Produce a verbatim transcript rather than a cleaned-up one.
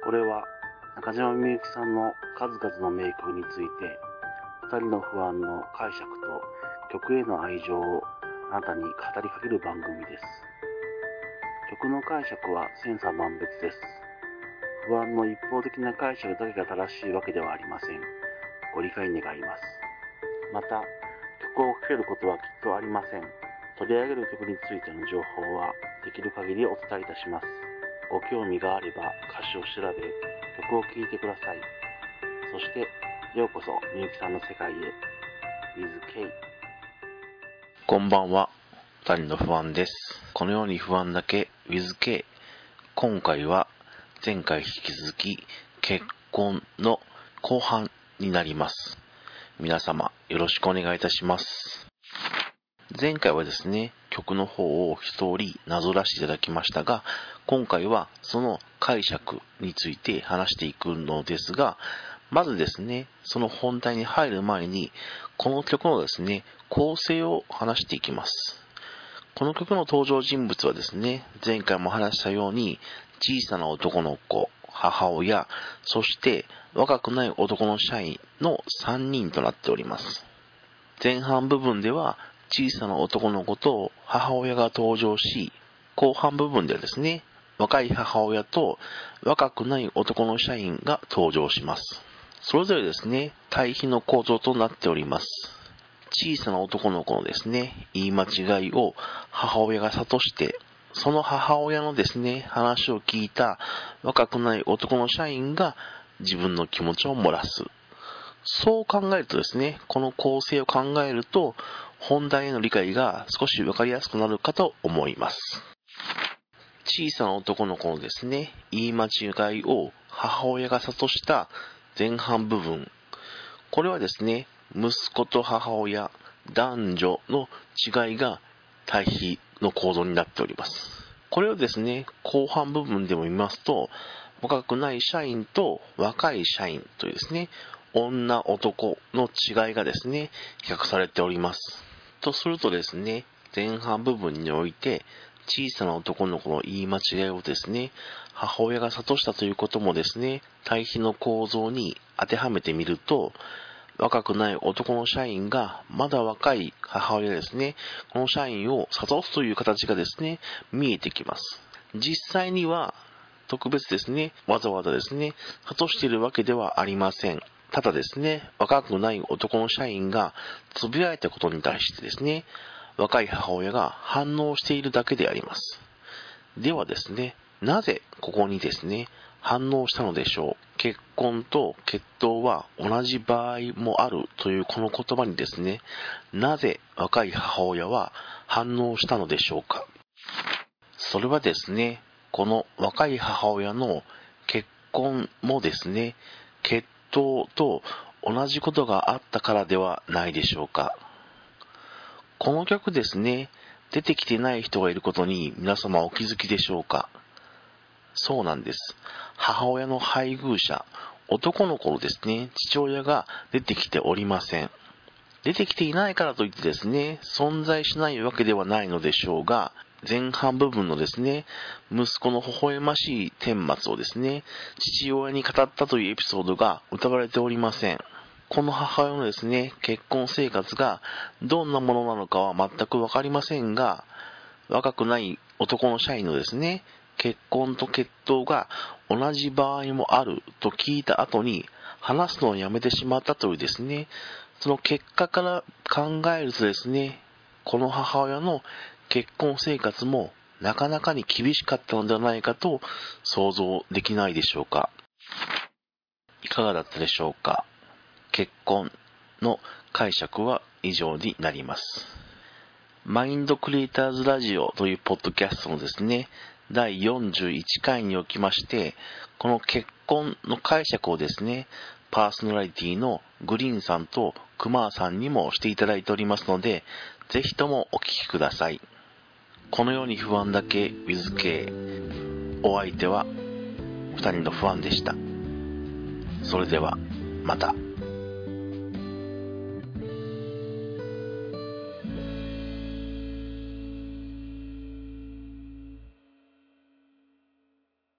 これは中島みゆきさんの数々の名曲について、二人の不安の解釈と曲への愛情をあなたに語りかける番組です。曲の解釈は千差万別です。不安の一方的な解釈だけが正しいわけではありません。ご理解願います。また、曲をかけることはきっとありません。取り上げる曲についての情報はできる限りお伝えいたします。ご興味があれば歌詞を調べ、曲を聴いてください。そして、ようこそみゆきさんの世界へ。WithK。 こんばんは、二人の不安です。このように不安だけ WithK。今回は前回引き続き結婚の後半になります。皆様よろしくお願いいたします。前回はですね、曲の方を一通りなぞらしていただきましたが、今回はその解釈について話していくのですが、まずですね、その本題に入る前に、この曲のですね、構成を話していきます。この曲の登場人物はですね、前回も話したように、小さな男の子、母親、そして若くない男の社員のさんにんとなっております。前半部分では、小さな男の子と母親が登場し、後半部分ではですね、若い母親と若くない男の社員が登場します。それぞれですね、対比の構造となっております。小さな男の子のですね、言い間違いを母親が諭して、その母親のですね、話を聞いた若くない男の社員が自分の気持ちを漏らす。そう考えるとですね、この構成を考えると、本題への理解が少しわかりやすくなるかと思います。小さな男の子のですね、言い間違いを母親が諭した前半部分。これはですね、息子と母親、男女の違いが対比の構造になっております。これをですね、後半部分でも見ますと、若くない社員と若い社員というですね、女男の違いがですね、比較されております。とするとですね、前半部分において、小さな男の子の言い間違いをですね、母親が諭したということもですね、対比の構造に当てはめてみると、若くない男の社員がまだ若い母親ですね、この社員を諭すという形がですね、見えてきます。実際には特別ですね、わざわざですね、諭しているわけではありません。ただですね、若くない男の社員がつぶやいたことに対してですね、若い母親が反応しているだけであります。ではですね、なぜここにですね、反応したのでしょう。結婚と血統は同じ場合もあるというこの言葉にですね、なぜ若い母親は反応したのでしょうか。それはですね、この若い母親の結婚もですね、血統と同じことがあったからではないでしょうか。この曲ですね、出てきてない人がいることに皆様お気づきでしょうか。そうなんです。母親の配偶者、男の子のですね、父親が出てきておりません。出てきていないからといってですね、存在しないわけではないのでしょうが、前半部分のですね、息子の微笑ましい顛末をですね、父親に語ったというエピソードが歌われておりません。この母親のですね、結婚生活がどんなものなのかは全くわかりませんが、若くない男の社員のですね、結婚と血統が同じ場合もあると聞いた後に話すのをやめてしまったというですね、その結果から考えるとですね、この母親の結婚生活もなかなかに厳しかったのではないかと想像できないでしょうか。いかがだったでしょうか。結婚の解釈は以上になります。マインドクリエイターズラジオというポッドキャストのですね、だいよんじゅういちかいにおきまして、この結婚の解釈をですね、パーソナリティのグリーンさんとクマーさんにもしていただいておりますので、ぜひともお聞きください。このように不安だけ WithK。お相手はふたりの不安でした。それではまた。